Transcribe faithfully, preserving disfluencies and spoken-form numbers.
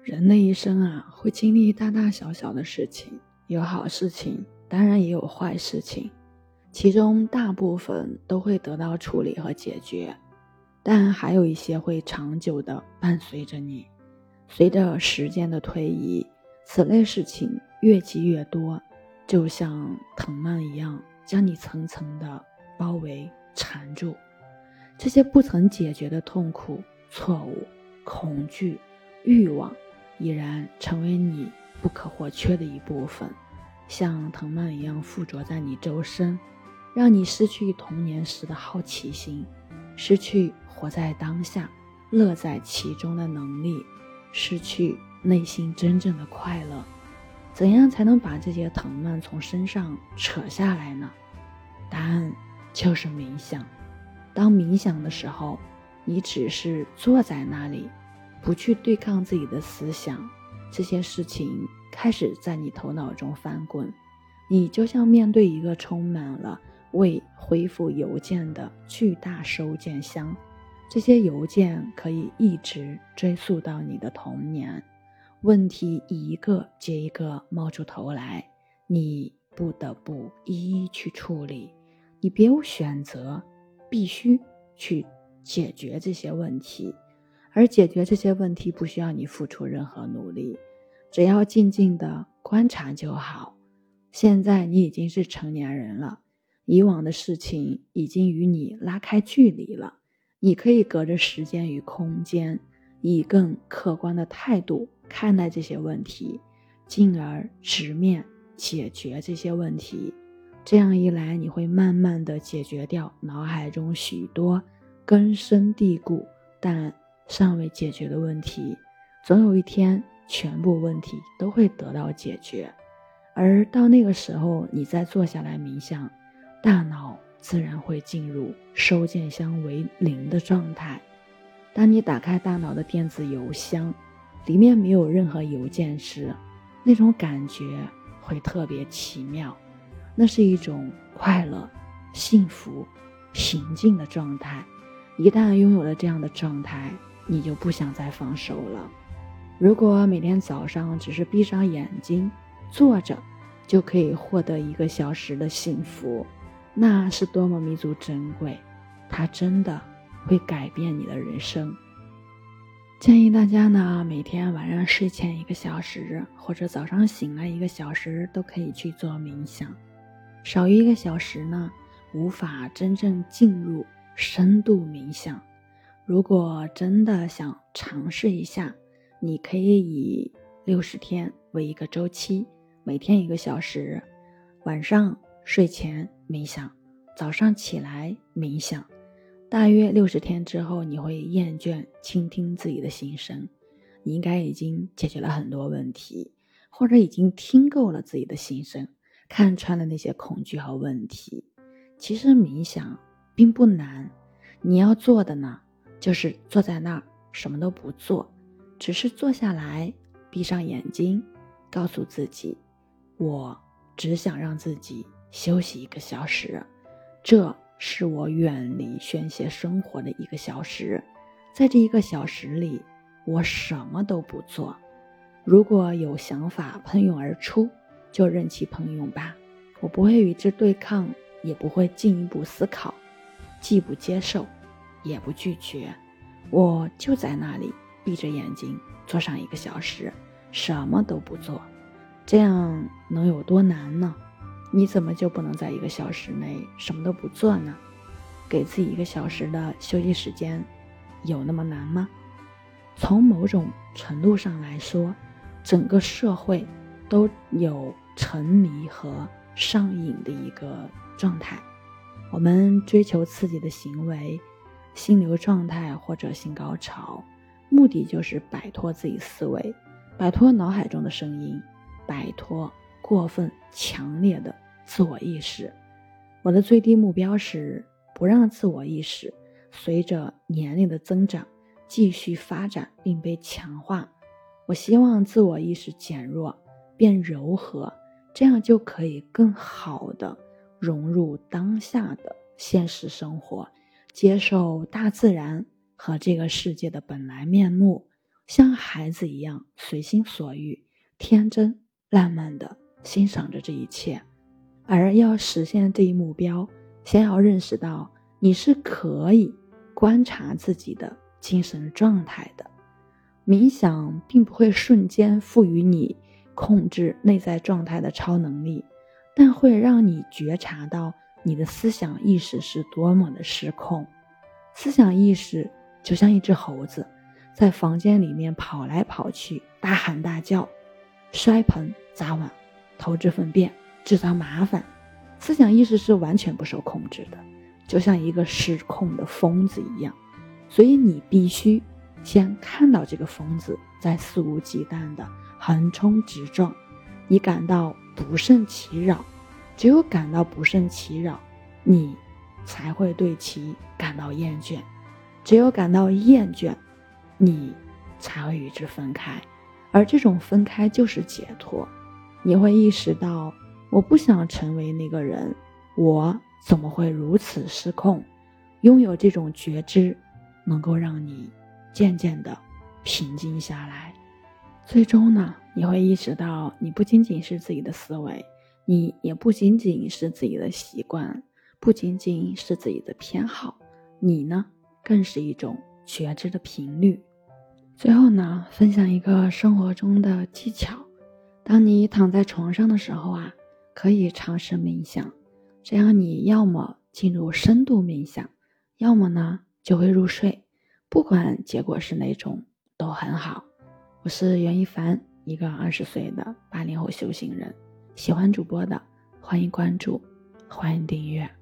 人的一生啊，会经历大大小小的事情，有好事情，当然也有坏事情，其中大部分都会得到处理和解决，但还有一些会长久的伴随着你。随着时间的推移，此类事情越积越多，就像藤蔓一样，将你层层的包围缠住。这些不曾解决的痛苦、错误、恐惧、欲望已然成为你不可或缺的一部分，像藤蔓一样附着在你周身，让你失去童年时的好奇心，失去活在当下乐在其中的能力，失去内心真正的快乐。怎样才能把这些藤蔓从身上扯下来呢？答案就是冥想。当冥想的时候，你只是坐在那里，不去对抗自己的思想，这些事情开始在你头脑中翻滚，你就像面对一个充满了未恢复邮件的巨大收件箱，这些邮件可以一直追溯到你的童年，问题一个接一个冒出头来，你不得不一一去处理，你别无选择，必须去解决这些问题。而解决这些问题不需要你付出任何努力，只要静静的观察就好。现在你已经是成年人了，以往的事情已经与你拉开距离了，你可以隔着时间与空间，以更客观的态度看待这些问题，进而直面解决这些问题。这样一来，你会慢慢的解决掉脑海中许多根深蒂固但尚未解决的问题，总有一天全部问题都会得到解决。而到那个时候，你再坐下来冥想，大脑自然会进入收件箱为零的状态。当你打开大脑的电子邮箱，里面没有任何邮件时，那种感觉会特别奇妙，那是一种快乐、幸福、平静的状态。一旦拥有了这样的状态，你就不想再放手了。如果每天早上只是闭上眼睛坐着，就可以获得一个小时的幸福，那是多么弥足珍贵，它真的会改变你的人生。建议大家呢，每天晚上睡前一个小时，或者早上醒来一个小时，都可以去做冥想。少于一个小时呢，无法真正进入深度冥想。如果真的想尝试一下，你可以以六十天为一个周期，每天一个小时，晚上睡前冥想，早上起来冥想。大约六十天之后，你会厌倦倾听自己的心声，你应该已经解决了很多问题，或者已经听够了自己的心声，看穿了那些恐惧和问题。其实冥想并不难，你要做的呢，就是坐在那儿什么都不做，只是坐下来，闭上眼睛，告诉自己，我只想让自己休息一个小时，这是我远离宣泄生活的一个小时。在这一个小时里，我什么都不做。如果有想法喷涌而出，就任其喷涌吧，我不会与之对抗，也不会进一步思考，既不接受也不拒绝，我就在那里闭着眼睛坐上一个小时，什么都不做。这样能有多难呢？你怎么就不能在一个小时内什么都不做呢？给自己一个小时的休息时间，有那么难吗？从某种程度上来说，整个社会都有沉迷和上瘾的一个状态。我们追求刺激的行为，心流状态或者性高潮，目的就是摆脱自己思维，摆脱脑海中的声音，摆脱过分强烈的自我意识。我的最低目标是不让自我意识随着年龄的增长继续发展并被强化。我希望自我意识减弱变柔和，这样就可以更好地融入当下的现实生活，接受大自然和这个世界的本来面目， 像孩子一样随心所欲，天真烂漫的欣赏着这一切。而要实现这一目标，先要认识到你是可以观察自己的精神状态的。冥想并不会瞬间赋予你控制内在状态的超能力，但会让你觉察到你的思想意识是多么的失控。思想意识就像一只猴子，在房间里面跑来跑去，大喊大叫，摔盆砸碗，投掷粪便，制造麻烦。思想意识是完全不受控制的，就像一个失控的疯子一样。所以你必须先看到这个疯子在肆无忌惮的横冲直撞，你感到不胜其扰。只有感到不胜其扰，你才会对其感到厌倦。只有感到厌倦，你才会与之分开。而这种分开就是解脱。你会意识到，我不想成为那个人，我怎么会如此失控？拥有这种觉知，能够让你渐渐的平静下来。最终呢，你会意识到，你不仅仅是自己的思维，你也不仅仅是自己的习惯，不仅仅是自己的偏好，你呢，更是一种觉知的频率。最后呢，分享一个生活中的技巧。当你躺在床上的时候啊，可以尝试冥想，这样你要么进入深度冥想，要么呢就会入睡，不管结果是哪种都很好。我是袁一凡，一个二十岁的八零后修行人。喜欢主播的欢迎关注，欢迎订阅。